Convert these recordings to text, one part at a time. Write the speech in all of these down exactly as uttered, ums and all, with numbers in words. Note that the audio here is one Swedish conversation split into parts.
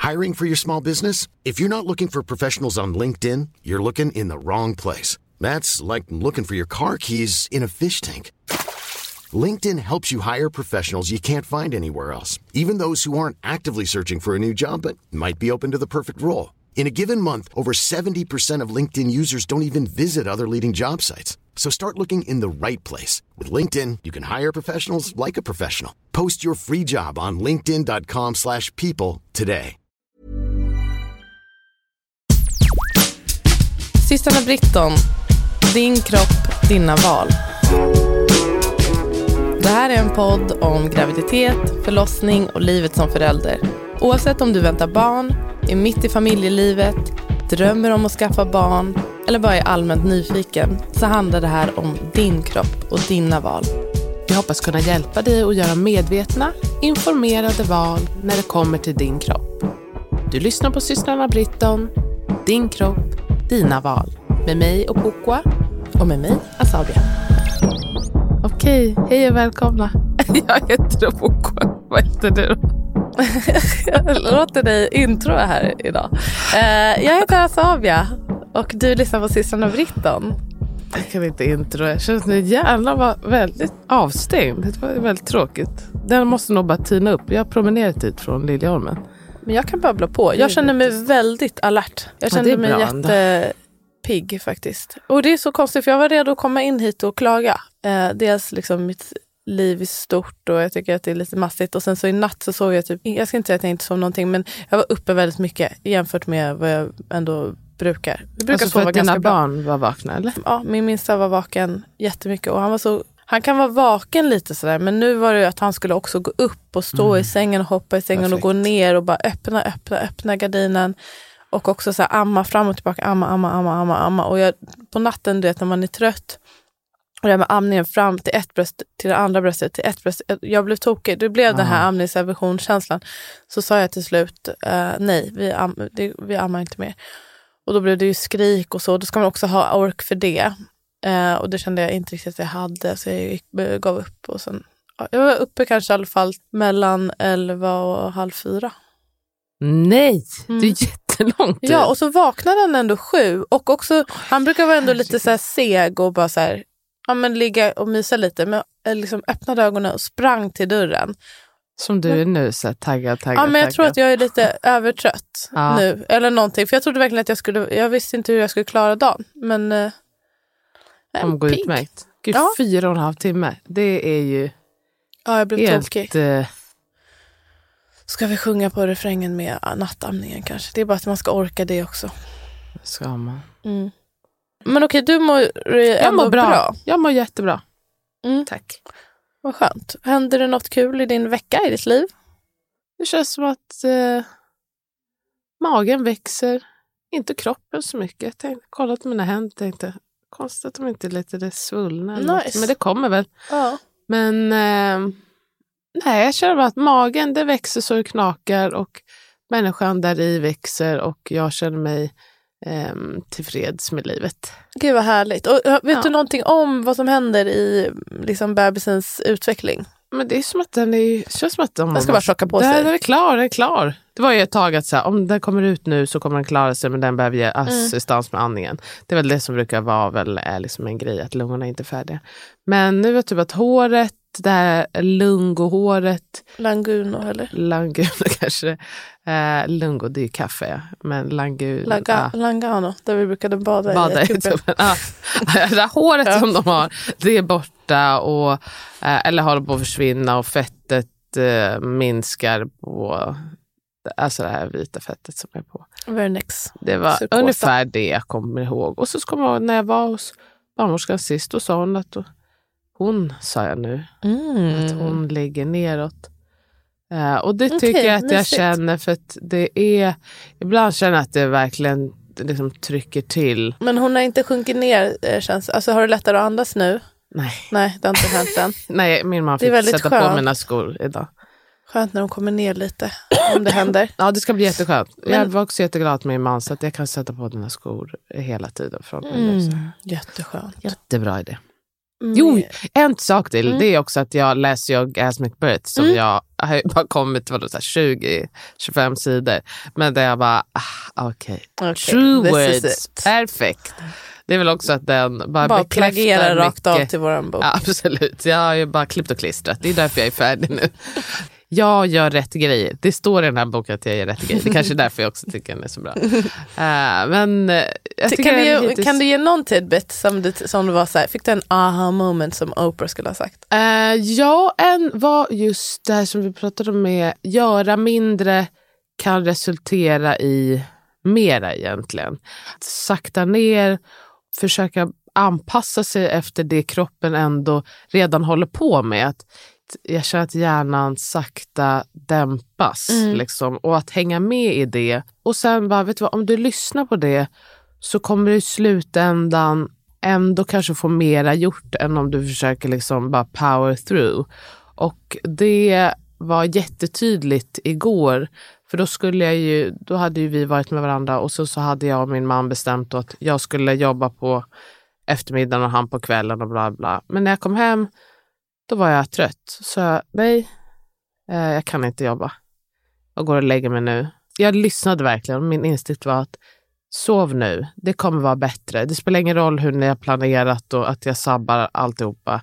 Hiring for your small business? If you're not looking for professionals on LinkedIn, you're looking in the wrong place. That's like looking for your car keys in a fish tank. LinkedIn helps you hire professionals you can't find anywhere else, even those who aren't actively searching for a new job but might be open to the perfect role. In a given month, over seventy percent of LinkedIn users don't even visit other leading job sites. So start looking in the right place. With LinkedIn, you can hire professionals like a professional. Post your free job on linkedin dot com slash people today. Systrarna Britton, din kropp, dina val. Det här är en podd om graviditet, förlossning och livet som förälder. Oavsett om du väntar barn, är mitt i familjelivet, drömmer om att skaffa barn eller bara är allmänt nyfiken, så handlar det här om din kropp och dina val. Vi hoppas kunna hjälpa dig att göra medvetna, informerade val när det kommer till din kropp. Du lyssnar på Systrarna Britton, din kropp, dina val. Med mig och Pukwa Och med mig, Asabia. Okej, hej och välkomna. Jag heter Pukwa. Vad heter du? Jag låter dig intro här idag. Jag heter Asabia och du lyssnar på Systrarna Britton. Jag kan inte intro. Jag känner att min hjärna var väldigt avstängd. Det var väldigt tråkigt. Den måste nog bara tina upp. Jag har promenerat hit från Liljeholmen. Men jag kan babbla på. Jag känner mig väldigt alert. Jag kände ja, mig jättepigg faktiskt. Och det är så konstigt för jag var redo att komma in hit och klaga. Eh, dels liksom mitt liv är stort och jag tycker att det är lite massigt. Och sen så i natt så såg jag typ, jag ska inte säga att jag inte sov någonting, men jag var uppe väldigt mycket jämfört med vad jag ändå brukar. Vi brukar alltså sova ganska dina bra. Barn var vakna eller? Ja, min minsta var vaken jättemycket och han var så, han kan vara vaken lite sådär, men nu var det ju att han skulle också gå upp och stå mm. i sängen och hoppa i sängen Perfekt. Och gå ner och bara öppna, öppna, öppna gardinen och också så här, amma fram och tillbaka, amma, amma, amma, amma, amma. Och jag, på natten, du vet, när man är trött och jag med amningen fram till ett bröst, till det andra bröstet, till ett bröst, jag blev tokig, det blev ah. den här amningsaversionskänslan. Så sa jag till slut, uh, nej, vi, am, det, vi ammar inte mer. Och då blev det ju skrik och så, då ska man också ha ork för det. Uh, och det kände jag inte riktigt att jag hade, så jag gick, gav upp. Och sen, ja, jag var uppe kanske i alla fall mellan elva och halv fyra. Nej, mm. det är jättelångt. Ja, och så vaknade han ändå sju. Och också, han brukar vara ändå lite så här seg och bara så här, ja men ligga och mysa lite. Men liksom öppnade ögonen och sprang till dörren. Som du är nu, så här, taggad, taggad, Ja, men jag taggad. tror att jag är lite övertrött ja. nu. Eller någonting, för jag trodde verkligen att jag skulle, jag visste inte hur jag skulle klara dagen. Men äh, Om går utmärkt. Gud, ja. fyra och en halv timme. Det är ju ja, jag blev helt... tokig. Uh... Ska vi sjunga på refrängen med nattamningen kanske? Det är bara att man ska orka det också. Ska man. Mm. Men okej, du mår jag mår bra. bra. Jag mår jättebra. Mm. Tack. Vad skönt. Händer det något kul i din vecka, i ditt liv? Det känns som att eh, magen växer. Inte kroppen så mycket. Jag tänkte, kollat på mina händer, tänkte konstigt att de inte är lite svullna. Nice. Men det kommer väl. Ja. Men eh, nej, jag känner bara att magen, det växer så det knakar och människan där i växer och jag känner mig eh, tillfreds med livet. Gud vad härligt. Och vet ja. du någonting om vad som händer i liksom bebisens utveckling? Men det är som att den är, känns som att de den ska bara chocka på sig. sig. Den är klar, den är klar. Det var ju ett tag att så här, om den kommer ut nu så kommer den klara sig, men den behöver ge assistans med andningen. Det är väl det som brukar vara väl är liksom en grej, att lungorna är inte är färdiga. Men nu vet du att håret, det här lungohåret. Languno eller? Languno kanske. Eh, lungo, det är ju kaffe. Men languno. Laga, ah. Langano, där vi brukade bada, bada i. i ah. Det här håret ja. som de har, det är borta och, eh, eller håller på att försvinna och fettet eh, minskar på, alltså det här vita fettet som är på. Vernix. Det var Surkosa. ungefär det jag kommer ihåg. Och så kommer jag ihåg när jag var hos barnmorskan sist, då sa hon att då, hon, sa jag nu, mm. att hon ligger neråt. Uh, och det tycker okay, jag att mysigt. Jag känner, för att det är, ibland känner jag att det verkligen liksom trycker till. Men hon har inte sjunkit ner, känns. Alltså har du lättare att andas nu? Nej. Nej, det har inte hänt än. Nej, min man fick sätta skönt. på mina skor idag. Skönt när de kommer ner lite, om det händer. Ja, det ska bli jätteskönt. Men... Jag var också jätteglad med min man, så att jag kan sätta på dina skor hela tiden. Från mm, jätteskönt. Jättebra idé. Mm. Jo, en sak till. Mm. Det är också att jag läser ju Orgasmic Birth som mm. jag har bara kommit till tjugo till tjugofem sidor. Men det är bara, ah, okej. Okay. Okay, true words, perfekt. Det är väl också att den bara, bara plagierar rakt av till våran bok. Ja, absolut, jag har ju bara klippt och klistrat. Det är därför jag är färdig nu. Jag gör rätt grejer. Det står i den här boken att jag gör rätt grejer. Det är kanske därför jag också tycker den är så bra. Uh, men jag kan, du ge, hittills... kan du ge någon tidbit som du, som du var så här, fick du en aha moment som Oprah skulle ha sagt? Uh, ja, en var just det här som vi pratade om med göra mindre kan resultera i mera egentligen. Att sakta ner, försöka anpassa sig efter det kroppen ändå redan håller på med. Att jag känner att hjärnan sakta dämpas mm. liksom, och att hänga med i det. Och sen bara, vet du vad, om du lyssnar på det så kommer du i slutändan ändå kanske få mera gjort än om du försöker liksom bara power through. Och det var jättetydligt igår, för då skulle jag ju, då hade ju vi varit med varandra och så, så hade jag och min man bestämt att jag skulle jobba på eftermiddagen och han på kvällen och bla bla. Men när jag kom hem då var jag trött. Så jag, nej, eh, jag kan inte jobba. Jag går och lägger mig nu. Jag lyssnade verkligen. Min instinkt var att sov nu. Det kommer vara bättre. Det spelar ingen roll hur ni har planerat och att jag sabbar alltihopa.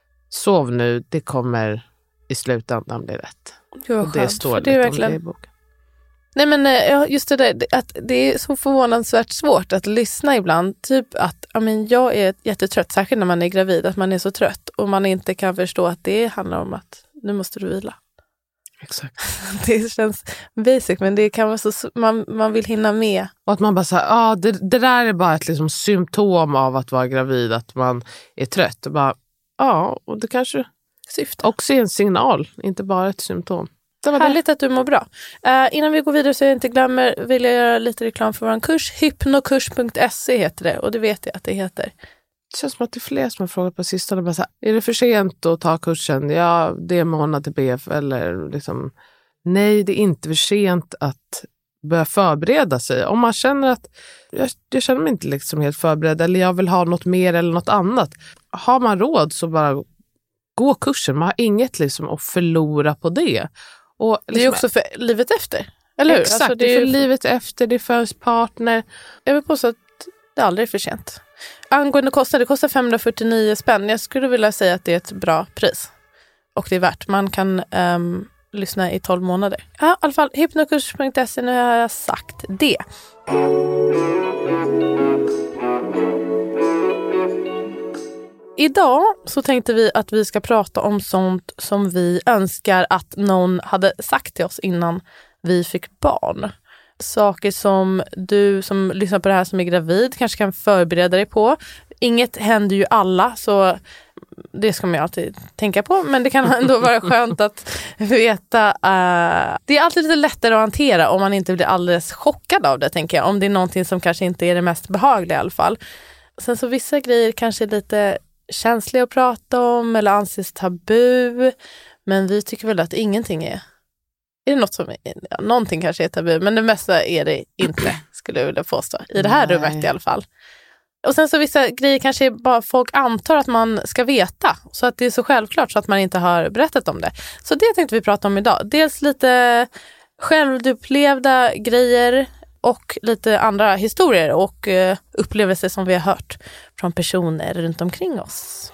Sov nu. Det kommer i slutändan bli rätt. Det och det skönt, står det lite verkligen... om det i boken. Nej men just det där, att det är så förvånansvärt svårt att lyssna ibland. Typ att ja, men jag är jättetrött, särskilt när man är gravid, att man är så trött och man inte kan förstå att det handlar om att nu måste du vila. Exakt. Det känns basic, men det kan vara så, man, man vill hinna med. Och att man bara säger, ah, det, det där är bara ett liksom symptom av att vara gravid, att man är trött. Och bara, ja, och det kanske syftar. Också är en signal, inte bara ett symptom. Härligt att du mår bra. Uh, innan vi går vidare så jag inte glömmer vill jag göra lite reklam för vår kurs. hypnokurs punkt se heter det och det vet jag att det heter. Det känns som att det är fler som har frågat på sistone. Bara så här, är det för sent att ta kursen? Ja, det är en månad till B F. Eller liksom, nej, det är inte för sent att börja förbereda sig. Om man känner att jag, jag känner mig inte liksom helt förberedd eller jag vill ha något mer eller något annat. Har man råd så bara gå kursen. Man har inget liksom att förlora på det. Och liksom, det är också för livet efter, eller hur? Exakt, alltså det är för livet efter, det är för ens partner. Jag vill påstå att det aldrig är för sent. Angående kostnader, det kostar femhundrafyrtionio spänn. Jag skulle vilja säga att det är ett bra pris. Och det är värt. Man kan um, lyssna i tolv månader. Ja, i alla fall, hypnokurs punkt se, nu har jag sagt det. Idag så tänkte vi att vi ska prata om sånt som vi önskar att någon hade sagt till oss innan vi fick barn. Saker som du som lyssnar på det här som är gravid kanske kan förbereda dig på. Inget händer ju alla, så det ska man ju alltid tänka på. Men det kan ändå vara skönt att veta. Uh, det är alltid lite lättare att hantera om man inte blir alldeles chockad av det, tänker jag. Om det är någonting som kanske inte är det mest behagliga i alla fall. Sen så vissa grejer kanske är lite känsliga att prata om eller anses tabu. Men vi tycker väl att ingenting är... Är det något som är... Ja, någonting kanske är tabu, men det mesta är det inte, skulle jag vilja påstå. I det här Nej. rummet i alla fall. Och sen så vissa grejer kanske bara folk antar att man ska veta. Så att det är så självklart så att man inte har berättat om det. Så det tänkte vi prata om idag. Dels lite självupplevda grejer och lite andra historier och uh, upplevelser som vi har hört från personer runt omkring oss.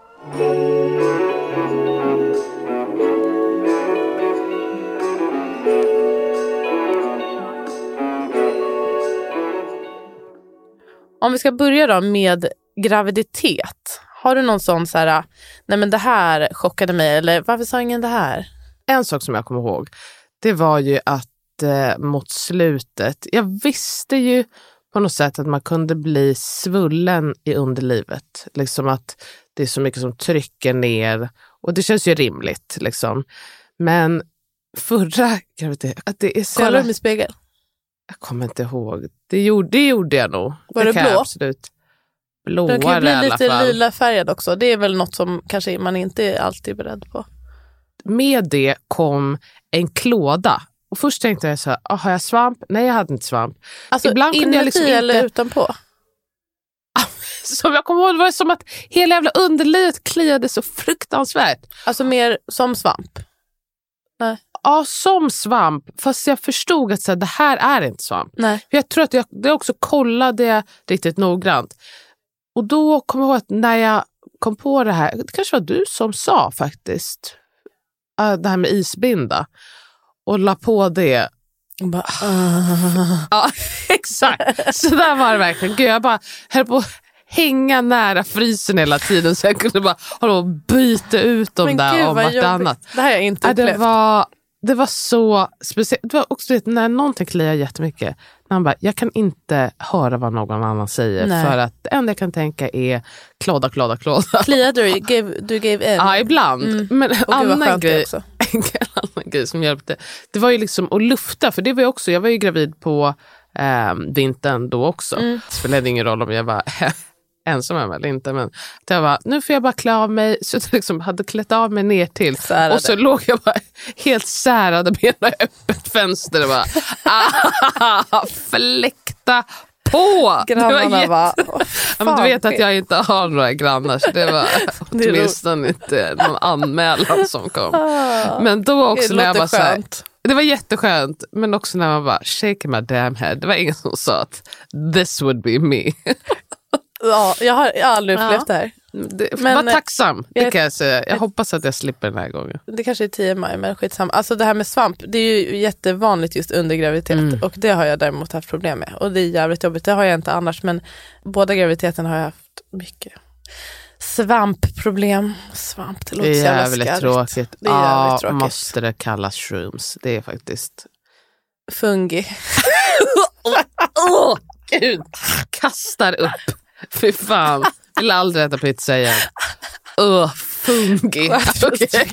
Om vi ska börja då med graviditet. Har du någon sån så här, nej men det här chockade mig, eller varför sa ingen det här? En sak som jag kommer ihåg, det var ju att eh, mot slutet, jag visste ju på något sätt att man kunde bli svullen i underlivet. Liksom att det är så mycket som trycker ner, och det känns ju rimligt liksom. Men förra graviditet, att det är så... Kollar du med spegel? Jag kommer inte ihåg. Det gjorde, det gjorde jag nog. Var det, det blå? Absolut. Blåare den kan ju bli i alla lite fall. lila färgad också. Det är väl något som kanske man inte är alltid beredd på. Med det kom en klåda. Och först tänkte jag så här, ah, har jag svamp? Nej, jag hade inte svamp. Alltså ibland kunde jag liksom inte... eller utanpå? som jag kommer ihåg, det var som att hela jävla underlivet kliade så fruktansvärt. Alltså mer som svamp? Nej. Ja, som svamp. Fast jag förstod att så här, det här är inte svamp. Nej. För jag tror att jag det också kollade riktigt noggrant. Och då kom jag ihåg att när jag kom på det här, det kanske var du som sa faktiskt, det här med isbinda. Och la på det. Och bara, uh. Ja, exakt. Så där var det verkligen. Gud, jag bara höll på att hänga nära frysen hela tiden. Så jag kunde bara hålla och byta ut dem. Men där Gud, om vartannat. Det här har jag inte ja, upplevt. Det var, det var så speciellt. Det var också vet, när någonting kliar jättemycket. När han bara, jag kan inte höra vad någon annan säger. Nej. För att det enda jag kan tänka är klåda, klåda, klåda. Kliade du? Gave, du gave in? Ja, ibland. Mm. Men en annan grej, också. en annan grej som hjälpte, det var ju liksom att lufta. För det var ju också, jag var ju gravid på eh, vintern då också. Mm. Det spelade ingen roll om jag var ensam hemma eller inte. Men jag bara, nu får jag bara klä av mig. Så jag liksom hade klätt av mig ner till. Särade. Och så låg jag bara helt särade med en öppet fönster. Och bara, ah, fläkta på! Grannarna bara, ja, men du vet att jag inte har några grannar. Så det var åtminstone inte någon anmälan som kom. Men då också när jag var så här, det var jätteskönt. Men också när man bara, shake my damn head. Det var ingen som sa att this would be me. Ja, jag har, jag har aldrig upplevt ja. det här. Det, men, var tacksam, det jag, kan jag säga. Jag hoppas att jag slipper den här gången. Det kanske är tio maj, men skitsamma. Alltså det här med svamp, det är ju jättevanligt just under graviditet. Mm. Och det har jag däremot haft problem med. Och det är jävligt jobbigt, det har jag inte annars. Men båda graviditeten har jag haft mycket svampproblem. Svamp, det låter det är jävligt jävligt tråkigt. Det är ja, jävligt tråkigt. Måste det kallas shrooms? Det är faktiskt... Fungi. Åh, oh, gud. Kastar upp. Fy fan. Vill aldrig äta pizza igen. Åh, uh, fungi. Okej.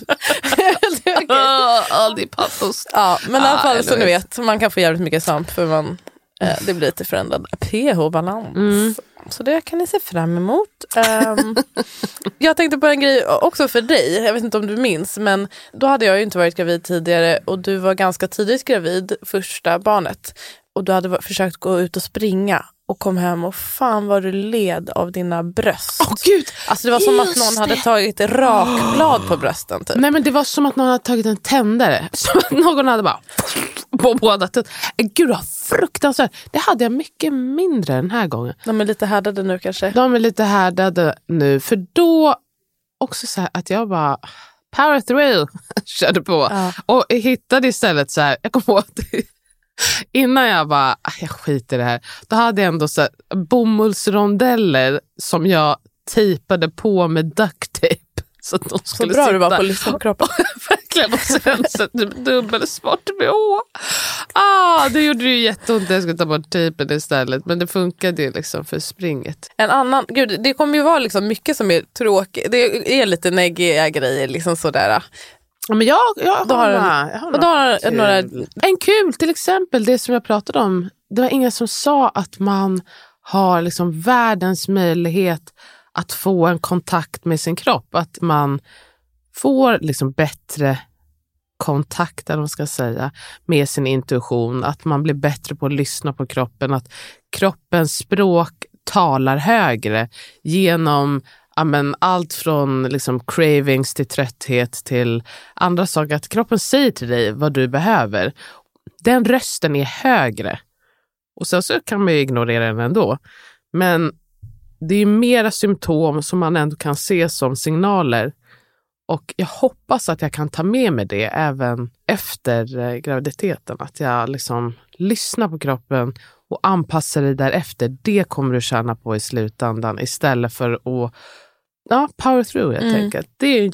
All det pappos. Ja, men i alla fall så ni vet, man kan få jävligt mycket svamp för man, eh, det blir lite förändrad pH-balans. Mm. Så det kan ni se fram emot. Um, jag tänkte på en grej också för dig. Jag vet inte om du minns, men då hade jag ju inte varit gravid tidigare och du var ganska tidigt gravid, första barnet. Och du hade försökt gå ut och springa och kom hem och fan vad du led av dina bröst. Åh oh, gud! Alltså det var som att någon det. hade tagit ett rakblad på brösten typ. Nej, men det var som att någon hade tagit en tändare. Som att någon hade bara på båda. Gud, vad fruktansvärt. Det hade jag mycket mindre den här gången. De är lite härdade nu kanske. De är lite härdade nu. För då också så här att jag bara power through körde på. Ja. Och hittade istället så här, jag kom på att innan jag bara, jag skiter i det här. Då hade jag ändå så här bomullsrondeller som jag tejpade på med duct tape. Så att de skulle så bra sitta. Du var på att lyssna på kroppen. Verkligen, och sen så dubbel sport B H. Ah, det gjorde ju jätteont. Jag skulle ta bort tejpen istället. Men det funkade ju liksom för springet. En annan, gud, det kommer ju vara liksom mycket som är tråkigt. Det är lite neggiga grejer liksom sådär. Ja, men jag, jag har, har, några, jag har, och då har några... En kul till exempel, det som jag pratade om. Det var ingen som sa att man har liksom världens möjlighet att få en kontakt med sin kropp. Att man får liksom bättre kontakt, eller vad man ska säga, med sin intuition. Att man blir bättre på att lyssna på kroppen. Att kroppens språk talar högre genom ja, men allt från liksom cravings till trötthet till andra saker. Att kroppen säger till dig vad du behöver. Den rösten är högre. Och sen så kan man ju ignorera den ändå. Men det är mera symptom som man ändå kan se som signaler. Och jag hoppas att jag kan ta med mig det även efter eh, graviditeten. Att jag liksom lyssnar på kroppen och anpassar dig därefter. Det kommer du tjäna på i slutändan istället för att ja, power through helt mm. enkelt. Det är en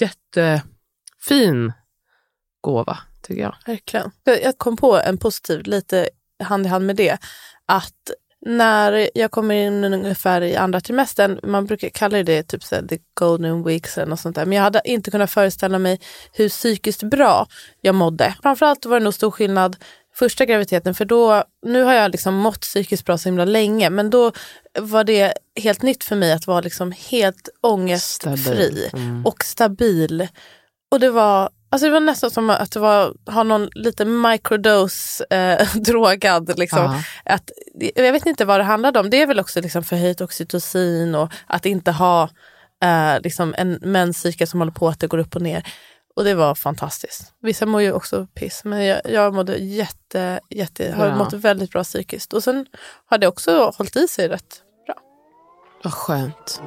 jättefin gåva tycker jag. Verkligen. Jag kom på en positiv lite hand i hand med det. Att när jag kommer in ungefär i andra trimestern, man brukar kalla det typ så här, the golden weeks och sånt där. Men jag hade inte kunnat föreställa mig hur psykiskt bra jag mådde. Framförallt var det nog stor skillnad första graviditeten, för då, nu har jag liksom mått psykiskt bra så himla länge, men då var det helt nytt för mig att vara liksom helt ångestfri mm. och stabil. Och det var Alltså det var nästan som att det var, ha någon lite microdose eh, drogad liksom. Uh-huh. Att jag vet inte vad det handlade om. Det är väl också liksom förhöjt oxytocin och att inte ha eh, liksom en menscykel som håller på att det går upp och ner. Och det var fantastiskt. Vissa mår ju också piss, men jag, jag mådde jätte, jätte, har ja. mått väldigt bra psykiskt. Och sen har det också hållit i sig rätt bra. Vad skönt.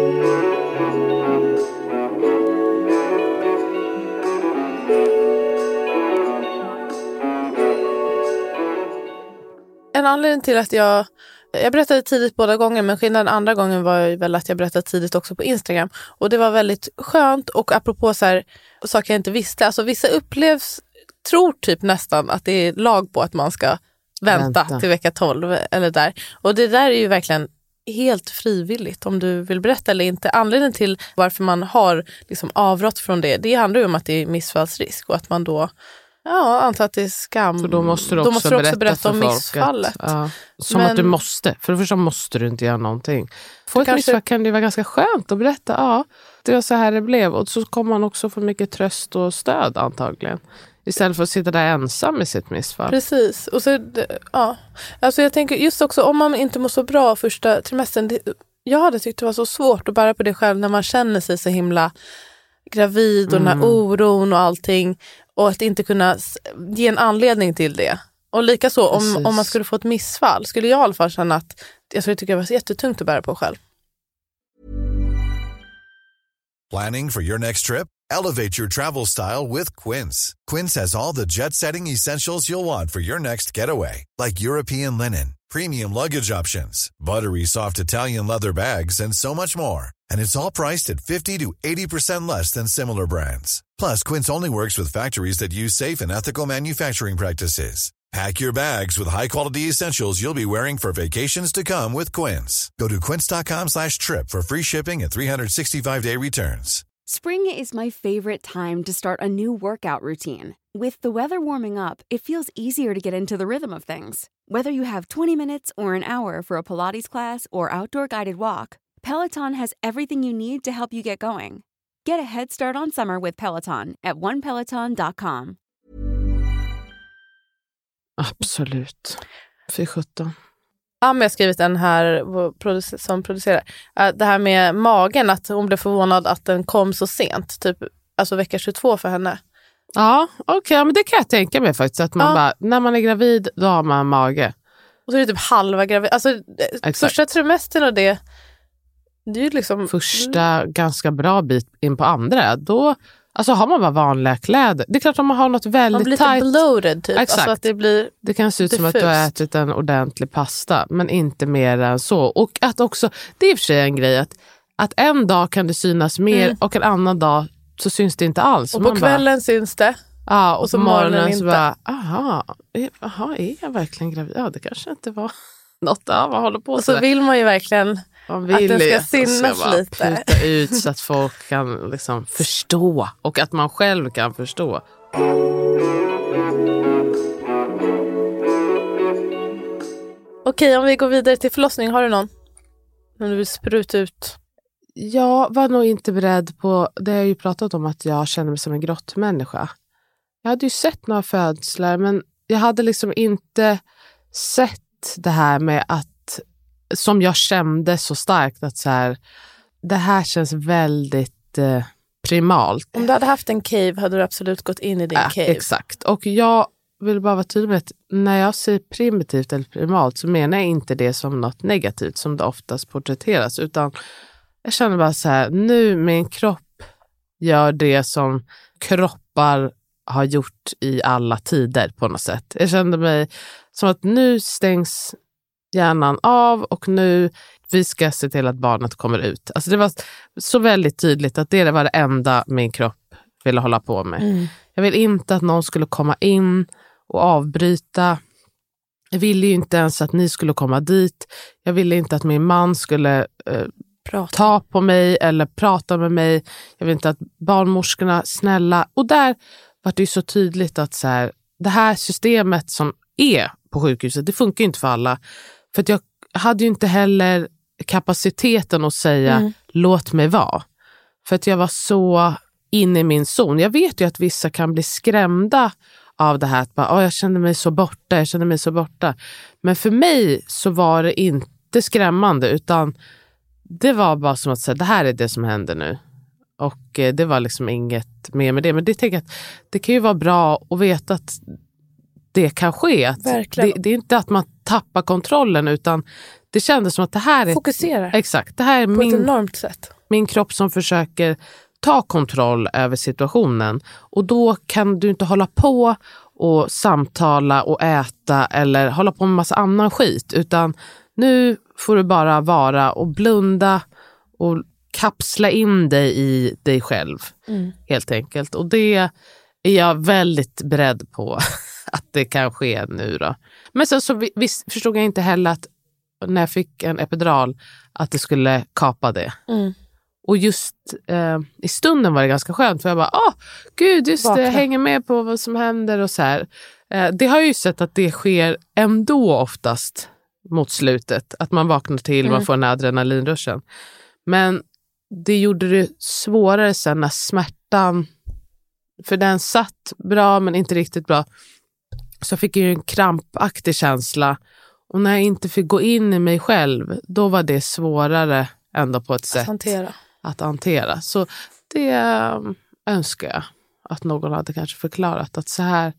En anledning till att jag Jag berättade tidigt båda gånger, men skillnaden andra gången var ju väl att jag berättade tidigt också på Instagram. Och det var väldigt skönt, och apropå så här, saker jag inte visste. Alltså vissa upplevs, tror typ nästan att det är lag på att man ska vänta, vänta. till vecka tolv eller där. Och det där är ju verkligen helt frivilligt om du vill berätta eller inte. Anledningen till varför man har liksom avrått från det, det handlar ju om att det är missfallsrisk och att man då Ja, antar att det är skam. För då måste du också, måste du också berätta, berätta om missfallet. Ja. Som Men, att du måste. För det första måste du inte göra någonting. För ett kanske... missfall kan det vara ganska skönt att berätta. Ja, det var så här det blev. Och så kommer man också få mycket tröst och stöd antagligen. Istället för att sitta där ensam med sitt missfall. Precis. Och så, ja. Alltså jag tänker just också om man inte mår så bra första trimestern. Det, jag hade tyckt det var så svårt att bära på det själv när man känner sig så himla gravid och mm. den här oron och allting. Och att inte kunna ge en anledning till det. Och lika så om, om man skulle få ett missfall. Skulle jag i alla fall känna att jag skulle tycka det var så jättetungt att bära på själv. Planning for your next trip? Elevate your travel style with Quince. Quince has all the jet-setting essentials you'll want for your next getaway. Like European linen, premium luggage options, buttery soft Italian leather bags, and so much more. And it's all priced at fifty to eighty percent less than similar brands. Plus, Quince only works with factories that use safe and ethical manufacturing practices. Pack your bags with high-quality essentials you'll be wearing for vacations to come with Quince. Go to quince.com slash trip for free shipping and three sixty-five day returns. Spring is my favorite time to start a new workout routine. With the weather warming up, it feels easier to get into the rhythm of things. Whether you have twenty minutes or an hour for a Pilates class or outdoor guided walk, Peloton has everything you need to help you get going. Get a head start on summer with Peloton at one peloton dot com. Absolut. Fy sjutton. Ja, men jag har skrivit en här som producerar. Det här med magen, att hon blev förvånad att den kom så sent. Typ, alltså vecka tjugotvå för henne. Ja, okej. Okay, men det kan jag tänka mig faktiskt. Att man ja. bara, när man är gravid, då har man mage. Och så är det typ halva gravid. Alltså Exakt. första trimestern och det... Det är ju liksom... Första ganska bra bit in på andra. Då alltså, har man bara vanliga kläder. Det är klart att man har något väldigt man blir lite tight. bloated typ. Exakt. Alltså att det, blir det kan se ut diffust. Som att du har ätit en ordentlig pasta. Men inte mer än så. Och att också, det är i och för sig en grej. Att, att en dag kan det synas mer mm. och en annan dag så syns det inte alls. Och på man kvällen bara, syns det. Ja, och, och så morgonen, morgonen inte. Så bara, aha, aha, är jag verkligen gravid? Ja, det kanske inte var något av man håller på och så. Och så vill man ju verkligen... Man vill att den ska synas ska lite. Puta ut så att folk kan liksom förstå. Och att man själv kan förstå. Okej, om vi går vidare till förlossning. Har du någon? Om du vill spruta ut. Jag var nog inte beredd på... Det har jag ju pratat om att jag känner mig som en grottmänniska. Jag hade ju sett några födslar. Men jag hade liksom inte sett det här med att som jag kände så starkt att så här, det här känns väldigt eh, primalt. Om du hade haft en cave hade du absolut gått in i din ja, cave. Exakt. Och jag vill bara vara tydlig med att när jag säger primitivt eller primalt så menar jag inte det som något negativt som det oftast porträtteras. Utan jag känner bara så här, nu min kropp gör det som kroppar har gjort i alla tider på något sätt. Jag kände mig som att nu stängs hjärnan av och nu vi ska se till att barnet kommer ut. Alltså det var så väldigt tydligt att det var det enda min kropp ville hålla på med. Mm. Jag vill inte att någon skulle komma in och avbryta. Jag ville ju inte ens att ni skulle komma dit. Jag ville inte att min man skulle eh, ta på mig eller prata med mig. Jag vill inte att barnmorskorna snälla. Och där var det ju så tydligt att så här, det här systemet som är på sjukhuset, det funkar ju inte för alla. För att jag hade ju inte heller kapaciteten att säga mm. låt mig vara. För att jag var så inne i min zon. Jag vet ju att vissa kan bli skrämda av det här att bara, oh, jag kände mig så borta, jag kände mig så borta. Men för mig så var det inte skrämmande, utan det var bara som att säga, det här är det som händer nu. Och eh, det var liksom inget mer med det. Men det tänker jag att det kan ju vara bra att veta att det kan ske. Att det, det är inte att man tappar kontrollen, utan det kändes som att det här är... Fokusera. Exakt. Det här är på min, ett enormt sätt. Min kropp som försöker ta kontroll över situationen. Och då kan du inte hålla på och samtala och äta eller hålla på med massa annan skit. Utan nu får du bara vara och blunda och kapsla in dig i dig själv. Mm. Helt enkelt. Och det är jag väldigt beredd på att det kan ske nu då. Men sen så visst, förstod jag inte heller att när jag fick en epidural att det skulle kapa det. Mm. Och just eh, i stunden var det ganska skönt, för jag bara, åh, gud, just det, jag hänger med på vad som händer och så här. Eh, det har jag ju sett att det sker ändå oftast mot slutet. Att man vaknar till, mm. man får den här adrenalinruschen. Men det gjorde det svårare sen när smärtan, för den satt bra men inte riktigt bra. Så jag fick ju en krampaktig känsla. Och när jag inte fick gå in i mig själv, då var det svårare ändå på ett sätt. Att hantera. Att hantera. Så det ähm, önskar jag att någon hade kanske förklarat att så här,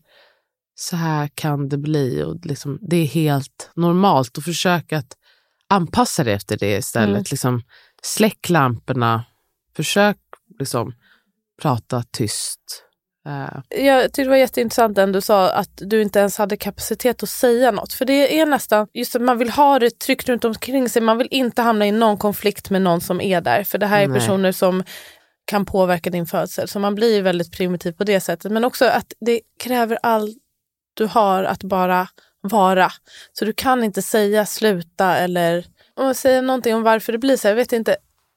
så här kan det bli. Och liksom, det är helt normalt att försöka att anpassa det efter det istället. Mm. Liksom, släck lamporna. Försök liksom prata tyst. Uh. Jag tyckte det var jätteintressant när du sa att du inte ens hade kapacitet att säga något. För det är nästan just att man vill ha det tryckt runt omkring sig. Man vill inte hamna i någon konflikt med någon som är där. För det här är Nej. personer som kan påverka din födsel. Så man blir väldigt primitiv på det sättet. Men också att det kräver allt du har att bara vara. Så du kan inte säga sluta eller säga någonting om varför det blir så. Jag vet inte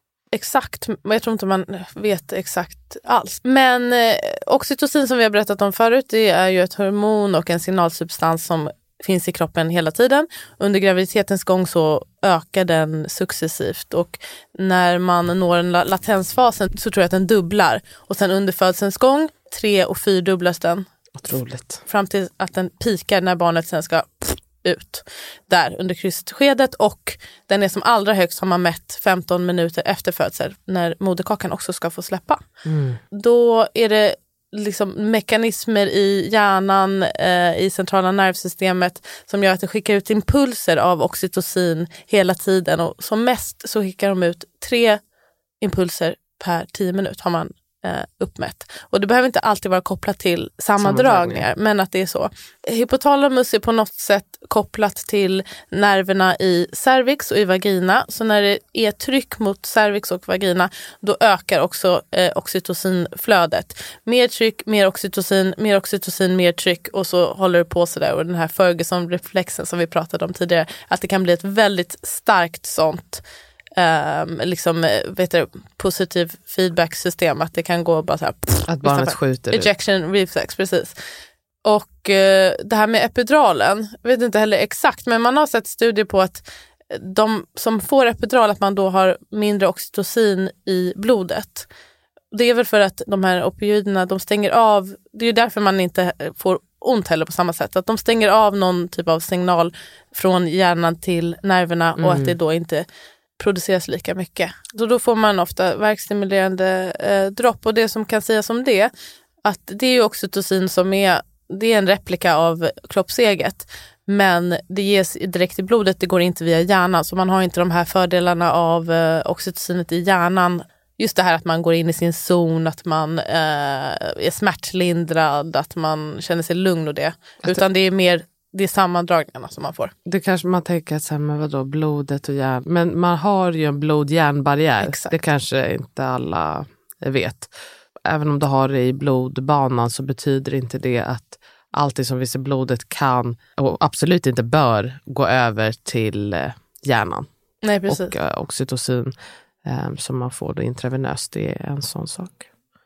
exakt, jag tror inte man vet exakt alls. Men eh, oxytocin som vi har berättat om förut, det är ju ett hormon och en signalsubstans som finns i kroppen hela tiden. Under graviditetens gång så ökar den successivt och när man når en latensfasen så tror jag att den dubblar. Och sen under födselns gång, tre- och fyrdubblas den. Otroligt. Fram till att den pikar när barnet sen ska ut där under krystskedet, och den är som allra högst har man mätt femton minuter efter födsel när moderkakan också ska få släppa. Mm. Då är det liksom mekanismer i hjärnan, eh, i centrala nervsystemet som gör att det skickar ut impulser av oxytocin hela tiden, och som mest så skickar de ut tre impulser per tio minuter har man eh, uppmätt. Och det behöver inte alltid vara kopplat till sammandragningar, men att det är så. Hypotalamus är på något sätt kopplat till nerverna i cervix och i vagina. Så när det är tryck mot cervix och vagina, då ökar också eh, oxytocinflödet. Mer tryck, mer oxytocin, mer oxytocin, mer tryck, och så håller det på sådär. Och den här Ferguson-reflexen som vi pratade om tidigare, att det kan bli ett väldigt starkt sånt Um, liksom, vet du, positiv feedback-system, att det kan gå bara så här, pff, att barnet skjuter ejection ut. Reflex, precis. Och uh, det här med epiduralen, jag vet inte heller exakt, men man har sett studier på att de som får epidural, att man då har mindre oxytocin i blodet. Det är väl för att de här opioiderna, de stänger av, det är ju därför man inte får ont heller på samma sätt, att de stänger av någon typ av signal från hjärnan till nerverna, mm. och att det då inte produceras lika mycket. Så då får man ofta verkstimulerande eh, dropp, och det som kan sägas om det, att det är ju oxytocin som är, det är en replika av kroppseget, men det ges direkt i blodet, det går inte via hjärnan, så man har inte de här fördelarna av eh, oxytocinet i hjärnan. Just det här att man går in i sin zon, att man eh, är smärtlindrad, att man känner sig lugn och det. Utan det är mer det är sammandragningarna som man får. Det kanske man tänker att men vadå, blodet och hjärn. Men man har ju en blod-hjärnbarriär. Exakt. Det kanske inte alla vet. Även om du har det i blodbanan så betyder inte det att allt som finns i blodet kan och absolut inte bör gå över till hjärnan. Nej, precis. Och uh, oxytocin um, som man får då intravenöst, det är en sån sak.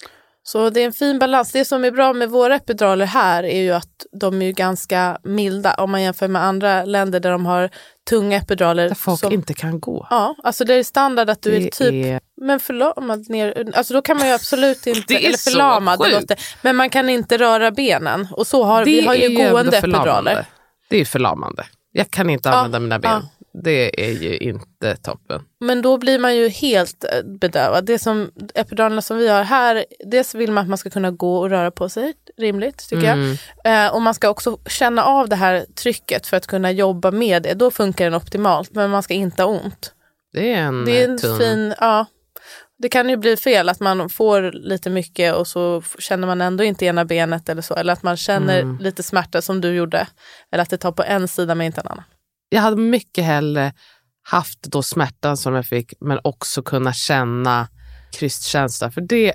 Så det är en fin balans. Det som är bra med våra epiduraler här är ju att de är ju ganska milda om man jämför med andra länder där de har tunga epiduraler. Där folk som, inte kan gå. Ja, alltså det är standard att du det är typ är... men förlamad ner. Alltså då kan man ju absolut inte, det är eller förlamad, det låter, men man kan inte röra benen. Och så har det vi har ju gående epiduraler. Det är förlamande. Jag kan inte använda ja, mina ben. Ja. Det är ju inte toppen. Men då blir man ju helt bedövad. Det som epiduralerna som vi har här, dels vill man att man ska kunna gå och röra på sig, rimligt tycker mm. jag. Eh, och man ska också känna av det här trycket för att kunna jobba med det. Då funkar den optimalt, men man ska inte ha ont. Det är en, det är en tunn... fin, ja. Det kan ju bli fel att man får lite mycket och så känner man ändå inte ena benet eller så. Eller att man känner mm. lite smärta som du gjorde. Eller att det tar på en sida men inte en annan. Jag hade mycket hellre haft då smärtan som jag fick, men också kunna känna krystkänsla. För det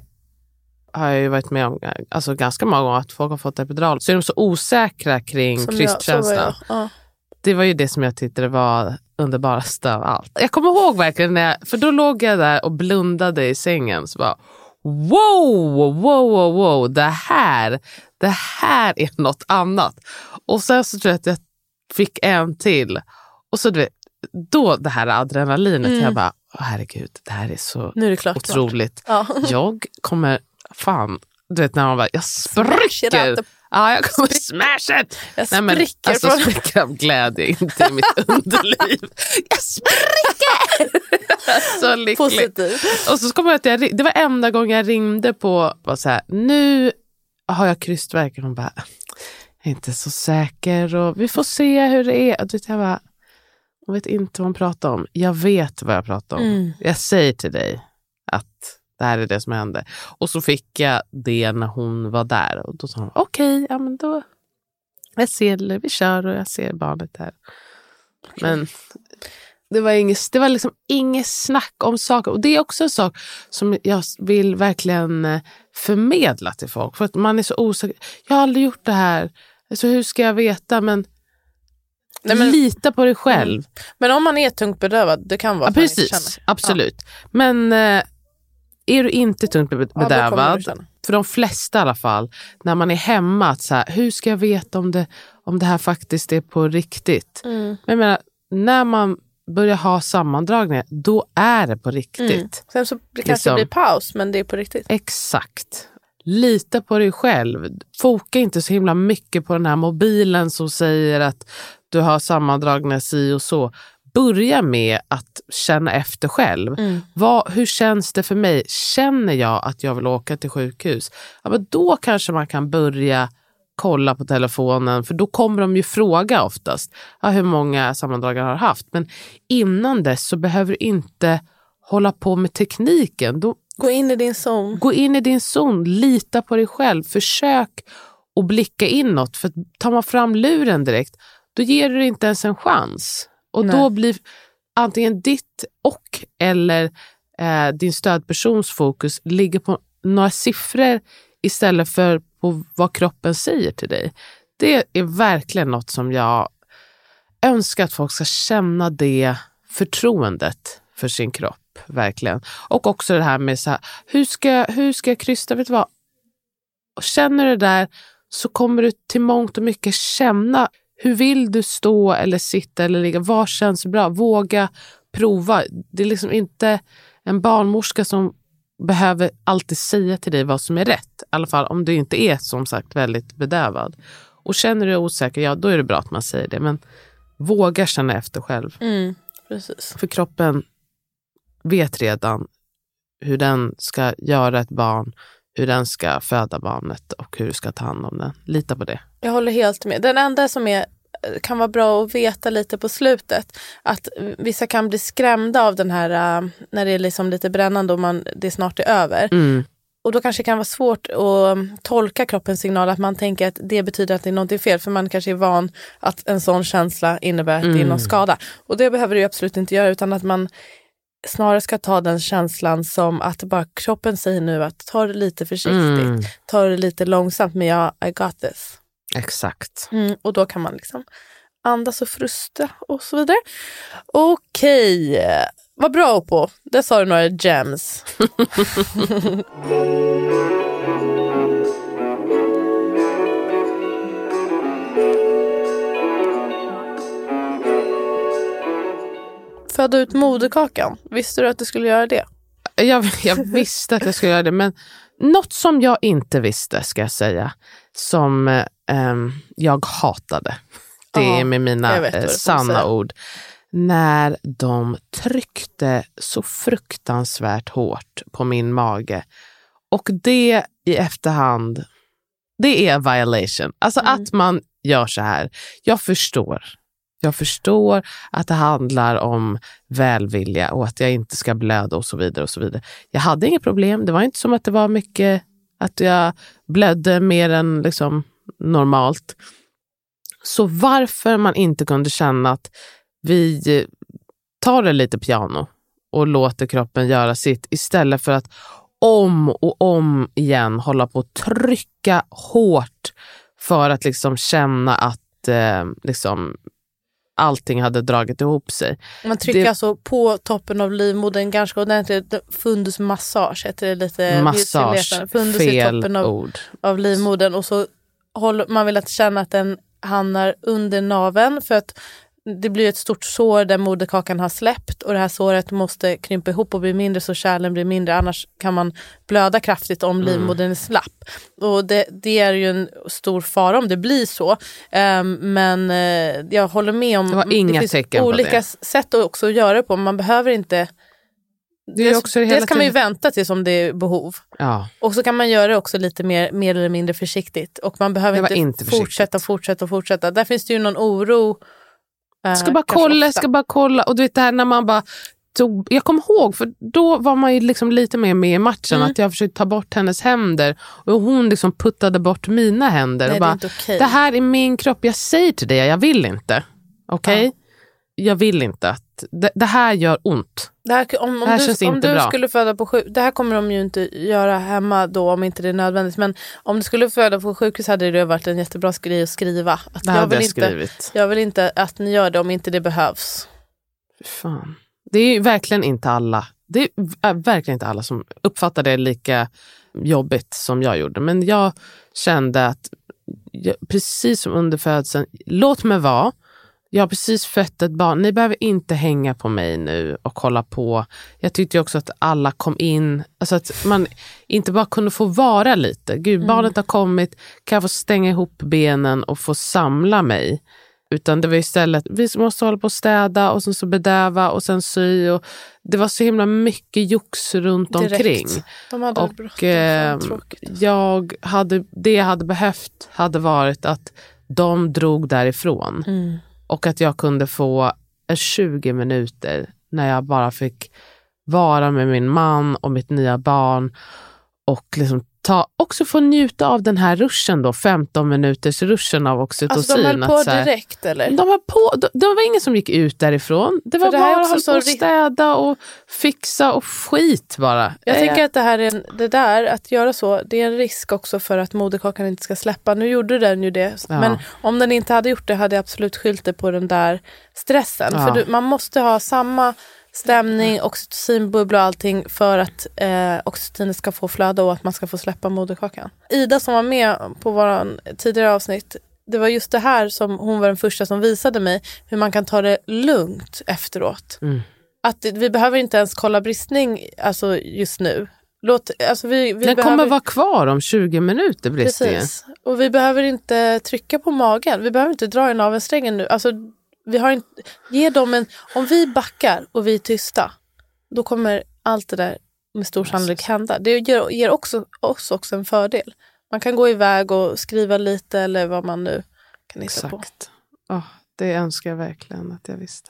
har jag ju varit med om alltså ganska många gånger, att folk har fått epidural. Så är de så osäkra kring som krystkänslan. Jag, ja. Det var ju det som jag tyckte det var underbaraste av allt. Jag kommer ihåg verkligen, när jag, för då låg jag där och blundade i sängen. Så bara, wow, wow, wow, wow, det här, det här är något annat. Och sen så tror jag att jag fick en till. Och så du vet, då det här adrenalinet, mm. jag bara, åh, herregud, det här är så nu är det klart, otroligt. Ja. Jag kommer, fan, du vet när man bara, jag spricker. Ja, jag kommer smash it. Jag Nej, men, spricker. Alltså från... spricker av glädje, inte i mitt underliv. Jag spricker! Så lycklig. Positivt. Och så kommer jag att jag, det var enda gången jag ringde på, bara så här, nu har jag krystvärk. Och hon bara, jag är inte så säker och vi får se hur det är. Och du vet, jag bara, hon vet inte vad hon pratar om. Jag vet vad jag pratar om. Mm. Jag säger till dig att det här är det som hände. Och så fick jag det när hon var där. Och då sa hon, okej, okay, ja men då jag ser, vi kör och jag ser barnet här. Okay. Men det var, inget, det var liksom inget snack om saker. Och det är också en sak som jag vill verkligen förmedla till folk. För att man är så osäker. Jag har aldrig gjort det här. Så hur ska jag veta? Men, Nej, men lita på dig själv. Mm. Men om man är tungt bedövad, det kan vara ja, precis, absolut. Ja. Men eh, är du inte tungt bedövad, ja, för de flesta i alla fall, när man är hemma, att så här, hur ska jag veta om det, om det här faktiskt är på riktigt? Mm. Men jag menar, när man börjar ha sammandragningar, då är det på riktigt. Mm. Sen så det kanske liksom, blir paus, men det är på riktigt. Exakt. Lita på dig själv. Foka inte så himla mycket på den här mobilen som säger att du har sammandragningar si och så. Börja med att känna efter själv. Mm. Vad, hur känns det för mig? Känner jag att jag vill åka till sjukhus? Ja, men då kanske man kan börja kolla på telefonen. För då kommer de ju fråga oftast ja, hur många sammandragningar har haft. Men innan dess så behöver du inte hålla på med tekniken. Då, gå in i din zon. Gå in i din zon. Lita på dig själv. Försök att blicka inåt. För tar man fram luren direkt, då ger du inte ens en chans. Och Nej. Då blir antingen ditt och eller eh, din stödpersons fokus ligger på några siffror istället för på vad kroppen säger till dig. Det är verkligen något som jag önskar att folk ska känna, det förtroendet för sin kropp. Verkligen. Och också det här med så här, hur ska, hur ska jag krysta? Vet du vad? Och känner du det där, så kommer du till mångt och mycket känna hur vill du stå eller sitta eller ligga? Vad känns bra? Våga prova. Det är liksom inte en barnmorska som behöver alltid säga till dig vad som är rätt. I alla fall om du inte är som sagt väldigt bedövad. Och känner du dig osäker, ja då är det bra att man säger det. Men våga känna efter själv. Mm, precis. För kroppen vet redan hur den ska göra ett barn, hur den ska föda barnet och hur du ska ta hand om den. Lita på det. Jag håller helt med. Den enda som är, kan vara bra att veta lite på slutet, att vissa kan bli skrämda av den här, när det är liksom lite brännande och man, det snart är över. Mm. Och då kanske det kan vara svårt att tolka kroppens signal, att man tänker att det betyder att det är något fel, för man kanske är van att en sån känsla innebär att mm. det är någon skada. Och det behöver det absolut inte göra, utan att man snarare ska ta den känslan som att bara kroppen säger nu att ta det lite försiktigt, mm. ta det lite långsamt, men jag I got this. Exakt. Mm, och då kan man liksom andas och frusta och så vidare. Okej, vad bra på. Det sa du några gems. föda ut moderkakan. Visste du att du skulle göra det? Jag, jag visste att jag skulle göra det, men något som jag inte visste, ska jag säga, som eh, jag hatade, det ja, är med mina eh, sanna ord, när de tryckte så fruktansvärt hårt på min mage. Och det i efterhand, det är violation. Alltså mm. att man gör så här. Jag förstår. Jag förstår att det handlar om välvilja och att jag inte ska blöda och så vidare och så vidare. Jag hade inget problem. Det var inte som att det var mycket, att jag blödde mer än liksom normalt. Så varför man inte kunde känna att vi tar det lite piano och låter kroppen göra sitt istället för att om och om igen hålla på att trycka hårt för att liksom känna att eh, liksom allting hade dragit ihop sig. Man trycker det, alltså på toppen av livmodern ganska ordentligt. Fundusmassage heter det lite. Massage, fundus fel i toppen av, ord. av livmodern. Och så håller man vill att känna att den hamnar under naveln för att det blir ett stort sår där moderkakan har släppt och det här såret måste krympa ihop och bli mindre så kärlen blir mindre, annars kan man blöda kraftigt om livmodern är slapp. Och det, det är ju en stor fara om det blir så. Um, men uh, jag håller med om det var inga det tecken finns olika på det. sätt att också göra det på. Man behöver inte det är också det dels kan man ju vänta tills om det är behov. Ja. Och så kan man göra det också lite mer, mer eller mindre försiktigt. Och man behöver inte, inte fortsätta, fortsätta, fortsätta. Där finns det ju någon oro. Jag ska bara kolla, jag ska bara kolla. Och du vet det här när man bara tog, jag kommer ihåg, för då var man ju liksom lite mer med i matchen, mm. att jag försökte ta bort hennes händer och hon liksom puttade bort mina händer. Nej, och bara, det, okay. det här är min kropp, jag säger till dig, jag vill inte. Okej? Okay? Ja. Jag vill inte att, det, det här gör ont. Det här, om, om det här du, känns om inte du bra. skulle föda på sjukhus, det här kommer de ju inte göra hemma då om inte det är nödvändigt, men om du skulle föda på sjukhus hade det varit en jättebra grej att skriva. Att det jag, vill jag, inte, skrivit. jag vill inte att ni gör det om inte det behövs. Fan. Det är ju verkligen inte alla, det är verkligen inte alla som uppfattar det lika jobbigt som jag gjorde, men jag kände att jag, precis som under födseln, låt mig vara. Jag har precis fött ett barn. Ni behöver inte hänga på mig nu och kolla på. Jag tyckte också att alla kom in. Alltså att man inte bara kunde få vara lite. Gud, mm. barnet har kommit. Kan jag få stänga ihop benen och få samla mig? Utan det var istället, vi måste hålla på att städa och sen så bedöva och sen sy. Och det var så himla mycket jox runt direkt. Omkring. De hade och eh, jag hade, det jag hade behövt hade varit att de drog därifrån. Mm. Och att jag kunde få tjugo minuter när jag bara fick vara med min man och mitt nya barn. Och liksom ta, också få njuta av den här ruschen då, femton minuters ruschen av oxytocin. Alltså de höll på att, så här, direkt eller? De var på, de, det var ingen som gick ut därifrån. Det var det bara att hålla på att städa och fixa och skit bara. Jag äh, tänker att det här är en, det där, att göra så, det är en risk också för att moderkakan inte ska släppa. Nu gjorde den ju det. Ja. Men om den inte hade gjort det hade jag absolut skyllt det på den där stressen. Ja. För du, man måste ha samma stämning, oxytocinbubbla och allting för att eh, oxytocinet ska få flöda och att man ska få släppa moderkakan. Ida som var med på våran tidigare avsnitt, det var just det här som hon var den första som visade mig hur man kan ta det lugnt efteråt. Mm. Att vi behöver inte ens kolla bristning alltså just nu. Låt, alltså vi, vi den behöver, kommer vara kvar om tjugo minuter bristningen. Precis. Och vi behöver inte trycka på magen. Vi behöver inte dra i navelsträngen nu. Alltså vi har inte, ge dem en, om vi backar och vi är tysta, då kommer allt det där med stor sannolikhet hända. Det ger, ger också, oss också en fördel. Man kan gå iväg och skriva lite eller vad man nu kan hitta på. Exakt. Oh, det önskar jag verkligen att jag visste.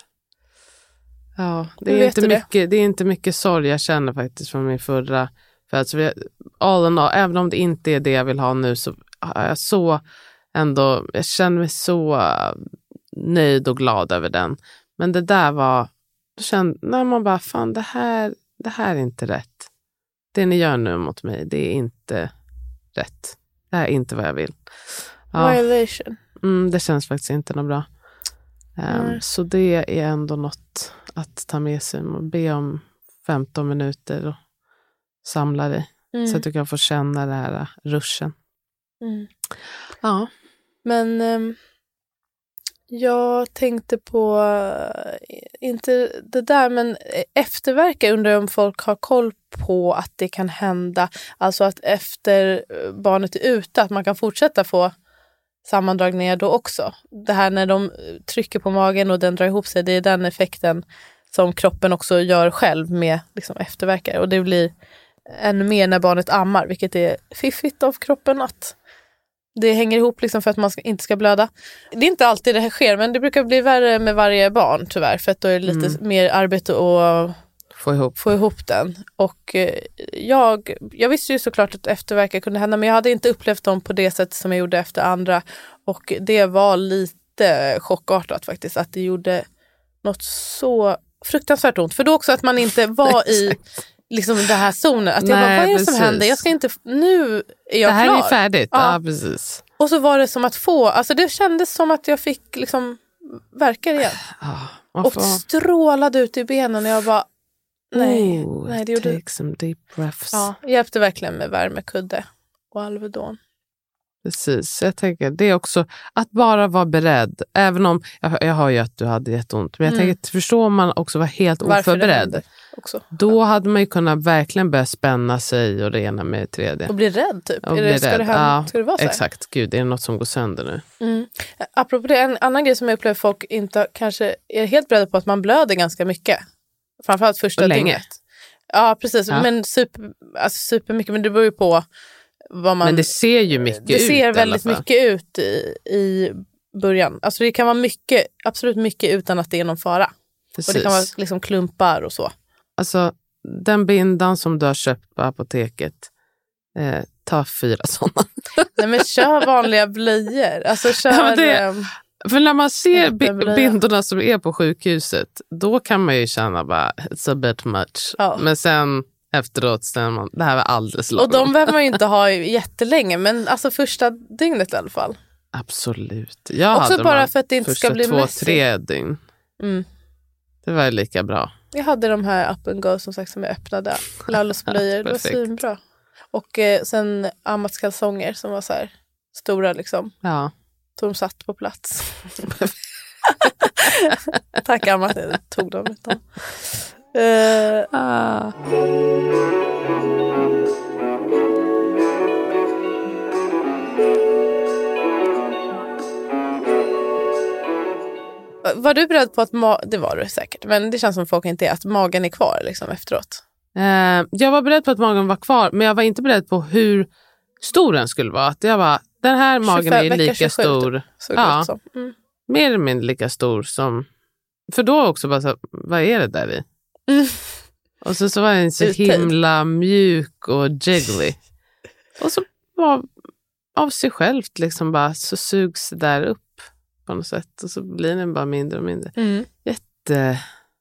Ja, det är, inte mycket, det är inte mycket sorg jag känner faktiskt från min förra födsel. All in all, även om det inte är det jag vill ha nu, så har jag så ändå, jag känner mig så nöjd och glad över den. Men det där var, då kände när man bara, fan det här, det här är inte rätt. Det ni gör nu mot mig, det är inte rätt. Det här är inte vad jag vill. Ja. Violation. Mm, det känns faktiskt inte något bra. Um, mm. Så det är ändå något att ta med sig och be om femton minuter och samla dig. Mm. Så att du kan få känna det här ruschen. Mm. Ja. Men um, Jag tänkte på, inte det där, men efterverkar, undrar om folk har koll på att det kan hända. Alltså att efter barnet är ute, att man kan fortsätta få sammandragningar då också. Det här när de trycker på magen och den drar ihop sig, det är den effekten som kroppen också gör själv med liksom efterverkar. Och det blir ännu mer när barnet ammar, vilket är fiffigt av kroppen att det hänger ihop liksom för att man ska, inte ska blöda. Det är inte alltid det här sker, men det brukar bli värre med varje barn tyvärr, för att då är det lite mm. mer arbete att få ihop. få ihop den. Och jag, jag visste ju såklart att efterverkar kunde hända, men jag hade inte upplevt dem på det sätt som jag gjorde efter andra. Och det var lite chockartat faktiskt, att det gjorde något så fruktansvärt ont. För då också att man inte var i liksom det här zonen. Att jag Nej, bara, vad är det precis. som händer? Jag ska inte, nu är jag det här klar. är färdigt, ja. ja precis. Och så var det som att få, alltså det kändes som att jag fick liksom verkar igen. Oh, och strålade ut i benen och jag bara, nej. Oh, nej det gjorde... take some deep breaths. Ja, hjälpte verkligen med värmekudde och Alvedon. Precis, jag tänker det är också att bara vara beredd, även om jag, jag har ju att du hade jätteont, men jag mm. tänker förstå om man också var helt Varför oförberedd också. Då ja. hade man ju kunnat verkligen börja spänna sig och rena med tre D och bli rädd typ, och är bli det, ska, rädd. det här, ja, ska det vara så här? Exakt, gud, är det något som går sönder nu? Mm. Apropå det, en annan grej som jag upplever folk inte kanske är helt beredda på, att man blöder ganska mycket, framförallt första dygnet. Ja precis, ja. men super, alltså super mycket, men det beror ju på vad man, men det ser ju mycket det ut. Det ser väldigt mycket ut i, i början. Alltså det kan vara mycket, absolut mycket utan att det är någon fara. Precis. Och det kan vara liksom klumpar och så. Alltså den bindan som du har köpt på apoteket, eh, ta fyra sådana. Nej men kör vanliga blöjor. Alltså kör... Ja, det, för när man ser b- bindorna som är på sjukhuset, då kan man ju känna bara, it's a bit much. Ja. Men sen... efteråt stämmer man, det här var alldeles lagom. Och de behöver man ju inte ha jättelänge, men alltså första dygnet i alla fall. Absolut. Jag också hade bara för att det inte ska bli två, mässigt. tre dygn. Mm. Det var lika bra. Jag hade de här up and go som sagt som jag öppnade. Lallosblöjor, det var svinbra. Och eh, sen Ammats kalsonger som var så här stora liksom. Ja. Så de satt på plats. Tack Amma, jag tog dem utan. Uh, ah. Var du beredd på att ma- det var du säkert, men det känns som folk inte är, att magen är kvar liksom efteråt? Uh, jag var beredd på att magen var kvar, men jag var inte beredd på hur stor den skulle vara. Att jag bara, den här magen är lika tjugosju, stor. Typ. Ja, mm. Mer eller mindre lika stor som, för då också bara så, vad är det där i? Mm. Och så, så var den så himla mjuk och jiggly. Och så var av sig självt liksom bara så sugs det där upp på något sätt. Och så blir den bara mindre och mindre. Mm. Jätte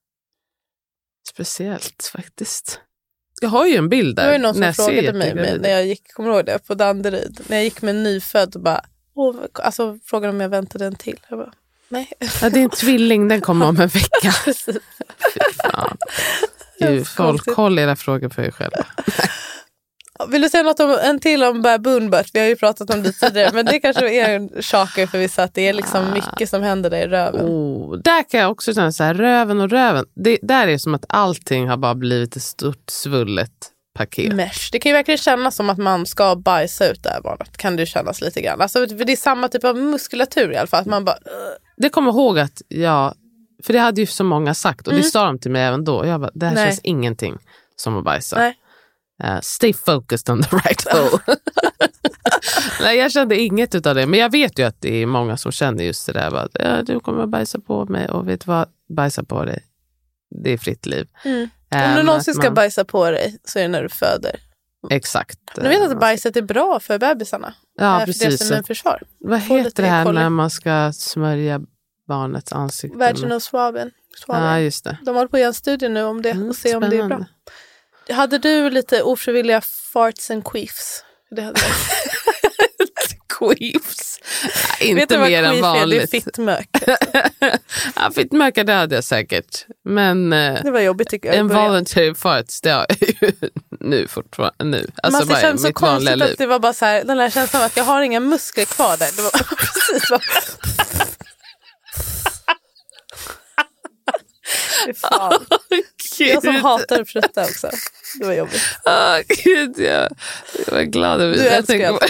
speciellt faktiskt. Jag har ju en bild där. Det var ju någon som frågade mig med, när jag gick, kommer du ihåg det, på Danderyd. När jag gick med en nyfödd och bara, åh, alltså frågade om jag väntade en till. Jag bara, nej. Ja, det är en tvilling, den kommer om en vecka. Fy fan. Gud, folk, håll era frågor för er själva. Vill du säga något om en till om baboon butt? Vi har ju pratat om det tidigare, men det kanske är en chocker för vissa, att det är liksom mycket som händer där i röven. Oh, där kan jag också känna så här, röven och röven. Det, där är det som att allting har bara blivit ett stort svullet paket. Mesh. Det kan ju verkligen kännas som att man ska bajsa ut det här barnet. Kan det kännas lite grann. Alltså, för det är samma typ av muskulatur i alla fall. Att man bara... Det kommer ihåg att jag... För det hade ju så många sagt. Och mm. det sa de till mig även då. Jag bara, det här Nej. känns ingenting som att bajsa. Nej. Uh, stay focused on the right hole. Nej, jag kände inget utav det. Men jag vet ju att det är många som känner just det där. Bara, ja, du kommer att bajsa på mig. Och vet vad? Bajsa på dig. Det är fritt liv. Mm. Um, Om du någonsin ska man... bajsa på dig så är det när du föder. Exakt. Du vet att bajset är bra för bebisarna. Ja, för precis. Det försvar. Vad heter det här kolla. När man ska smörja barnets ansikte? Vaginal swabbing. Ja, just det. De håller på att göra en studie nu om det mm, och se om det är bra. Hade du lite ofrivilliga farts and queefs? Det hade jag. Queefs? Ja, inte mer än vanligt. Det är fittmök. Ja, fittmök, det hade jag säkert. Men det var jobbigt tycker jag. Involuntary farts, det har jag ju nu fortfarande. Nu. Alltså men det känns så konstigt att det var bara så här, den här känslan av att jag har inga muskler kvar där. Det var precis så. Fan. Jag som hatar frutta också. Det var jobbigt. Oh, Gud, jag, jag var glad över det. Du älskar allt.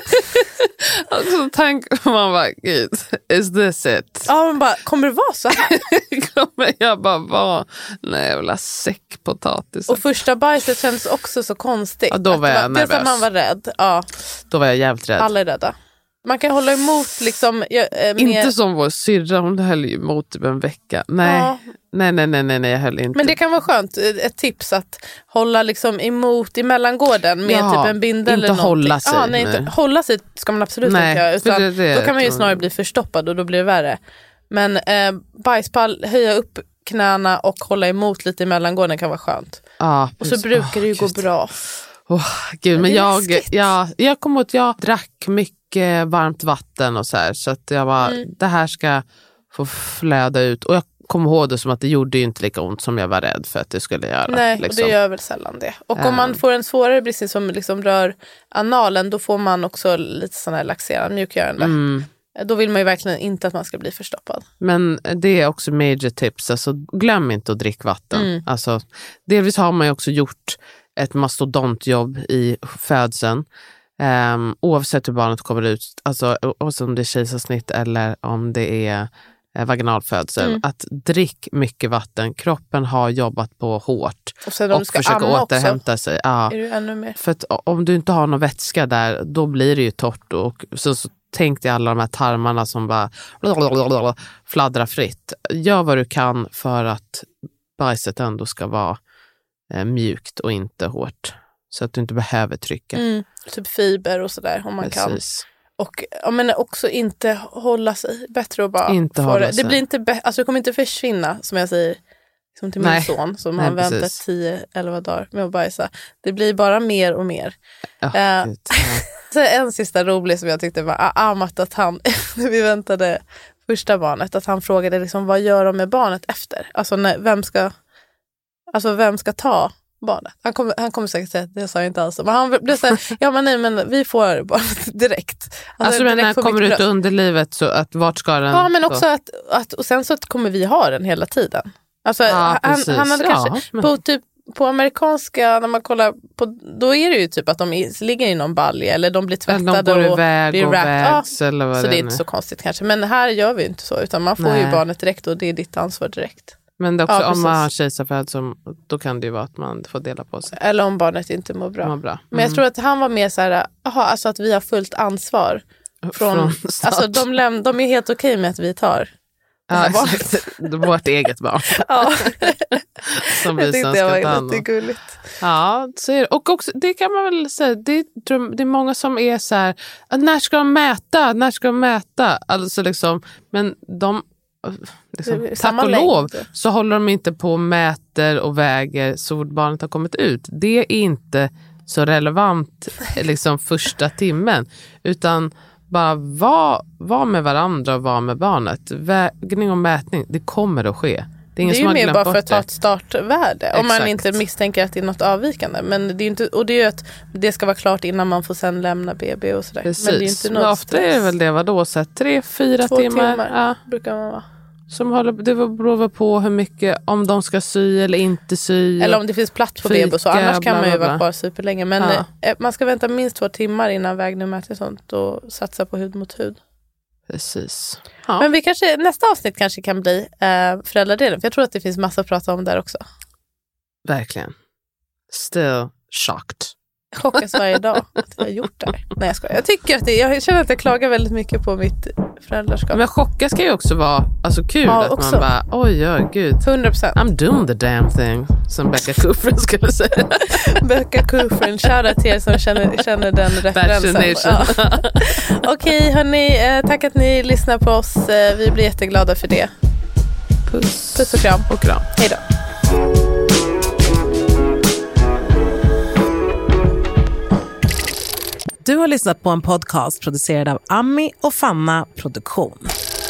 Alltså tanken man bara, Gud, is this it? Ja, men bara, kommer det vara så här? Kommer jag bara vara en jävla säckpotatis. Och första bajset kändes också så konstigt. Ja, då var jag var, nervös. Dels att man var rädd. Ja. Då var jag jävligt rädd. Alla är rädda. Man kan hålla emot liksom... Jag, eh, med... Inte som vår syrra, hon höll ju emot typ en vecka. Nej. Ja. nej, nej, nej, nej, nej, jag höll inte. Men det kan vara skönt, ett tips att hålla liksom emot i mellangården med ja, typ en bindel eller någonting. Hålla sig. Ah, nej, inte hålla sig ska man absolut nej, inte göra. Utan det, det, då kan man ju snarare bli förstoppad och då blir det värre. Men eh, bajspall, höja upp knäna och hålla emot lite i mellangården kan vara skönt. Ja, och så brukar oh, det ju gå bra. Oh, Gud, men jag, jag, jag kom åt, jag drack mycket varmt vatten och så här, så att jag var, mm. det här ska få flöda ut. Och jag kom ihåg det som att det gjorde ju inte lika ont som jag var rädd för att det skulle göra. Nej, liksom. och det gör väl sällan det. Och om um. man får en svårare bristning som liksom rör analen, då får man också lite sån här laxerande, mjukgörande. Mm. Då vill man ju verkligen inte att man ska bli förstoppad. Men det är också major tips, alltså glöm inte att dricka vatten. Mm. Alltså, delvis har man ju också gjort ett mastodontjobb i födseln. Um, oavsett hur barnet kommer ut, alltså om det är kejsarsnitt eller om det är eh, vaginalfödsel, mm. att drick mycket vatten. Kroppen har jobbat på hårt och, sen om och du ska försöka amma återhämta också, sig. Ja. Är du ännu mer? För att om du inte har någon vätska där, då blir det ju torrt och så, så tänk dig alla de här tarmarna som bara fladdrar fritt. Gör vad du kan för att bajset ändå ska vara eh, mjukt och inte hårt. Så att du inte behöver trycka. Mm, typ fiber och sådär om man Precis. kan. Och ja, men också inte hålla sig. Bättre att bara inte få hålla det. sig. Det blir inte bä- alltså det kommer inte försvinna som jag säger som till min Nej. son som Nej, har väntat precis. tio elva dagar med att bajsa. Det blir bara mer och mer. Oh, uh, så en sista rolig som jag tyckte var amat att han när vi väntade första barnet att han frågade liksom vad gör de med barnet efter? Alltså när, vem ska alltså vem ska ta barnet. Han kommer, han kommer säkert säga att det sa jag inte alls. Men han blev så här, ja men nej men vi får barnet direkt. Alltså, alltså direkt men när kommer ut under livet så att vart ska den? Ja men också att, att och sen så kommer vi ha den hela tiden. Alltså ja, han, han hade ja, kanske men... på typ på amerikanska när man kollar på då är det ju typ att de är, ligger i någon balja eller de blir tvättade de går och iväg blir och vägs ja, eller vad så det det är är inte så konstigt kanske. Men här gör vi inte så utan man får nej. ju barnet direkt och det är ditt ansvar direkt. Men det också, ja, om man har kejsarföd då kan det ju vara att man får dela på sig. Eller om barnet inte mår bra. Mår bra. Mm. Men jag tror att han var mer så här, aha, alltså att vi har fullt ansvar. Från, från alltså de, läm- de är helt okej med att vi tar ja, exakt. Vårt eget barn. Ja. Som vi sen ska ta hand om. Gulligt. Ja, så är det. Och också, det kan man väl säga, det är, det är många som är så här, när ska de mäta? När ska de mäta? Alltså liksom, men de liksom, tack och lov så håller de inte på och mäter och väger så fort barnet har kommit ut. Det är inte så relevant liksom första timmen utan bara var, var med varandra och var med barnet. Vägning och mätning, det kommer att ske. Det är, ingen det är som ju mer bara för att det. ta ett startvärde. Exakt. Om man inte misstänker att det är något avvikande. Men det är inte, och det är ju att det ska vara klart innan man får sen lämna B B och sådär. Precis. Men det är inte något men ofta är det väl det vadå? Så här, tre, fyra Två timmar. timmar ja. brukar man vara. Som håller, det beror på hur mycket, om de ska sy eller inte sy. Eller om det finns plats på B B och så. Annars kan man ju vara kvar superlänge. Men ja. eh, man ska vänta minst två timmar innan vägning och mätning och sånt. Och satsa på hud mot hud. Precis. Ja. Men vi kanske, nästa avsnitt kanske kan bli eh, föräldradelen. För jag tror att det finns massa att prata om där också. Verkligen. Still shocked. Chockas varje dag att jag har gjort det här. Nej jag skojar. Jag tycker att det, jag känner att jag klagar väldigt mycket på mitt föräldraskap. Men chocka ska ju också vara alltså kul ja, att också. Man bara, oj ja gud. hundra procent. I'm doing the damn thing. Som Becca Kufrin skulle säga. Becca Kufrin, shoutout till er som känner, känner den referensen. Ja. Okej okay, hörni, eh, tack att ni lyssnar på oss. Eh, vi blir jätteglada för det. Puss. Puss och kram. Och kram. Hej då. Du har lyssnat på en podcast producerad av Ami och Fanna Produktion.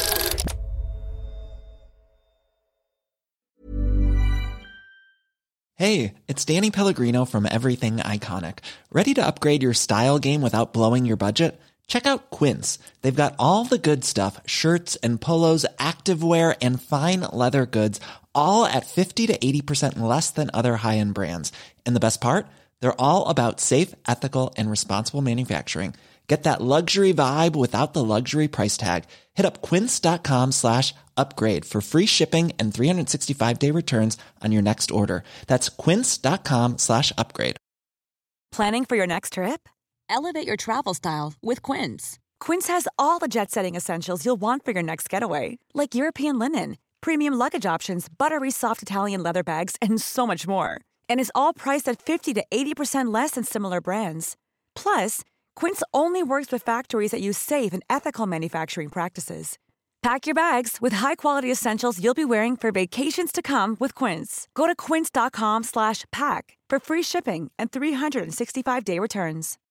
Hey, it's Danny Pellegrino from Everything Iconic. Ready to upgrade your style game without blowing your budget? Check out Quince. They've got all the good stuff, shirts and polos, activewear, and fine leather goods, all at fifty to eighty percent less than other high-end brands. And the best part? They're all about safe, ethical, and responsible manufacturing. Get that luxury vibe without the luxury price tag. Hit up quince.com slash upgrade for free shipping and three sixty-five day returns on your next order. That's quince.com slash upgrade. Planning for your next trip? Elevate your travel style with Quince. Quince has all the jet-setting essentials you'll want for your next getaway, like European linen, premium luggage options, buttery soft Italian leather bags, and so much more. And is all priced at fifty to eighty percent less than similar brands. Plus, Quince only works with factories that use safe and ethical manufacturing practices. Pack your bags with high-quality essentials you'll be wearing for vacations to come with Quince. Go to quince.com slash pack for free shipping and three sixty-five day returns.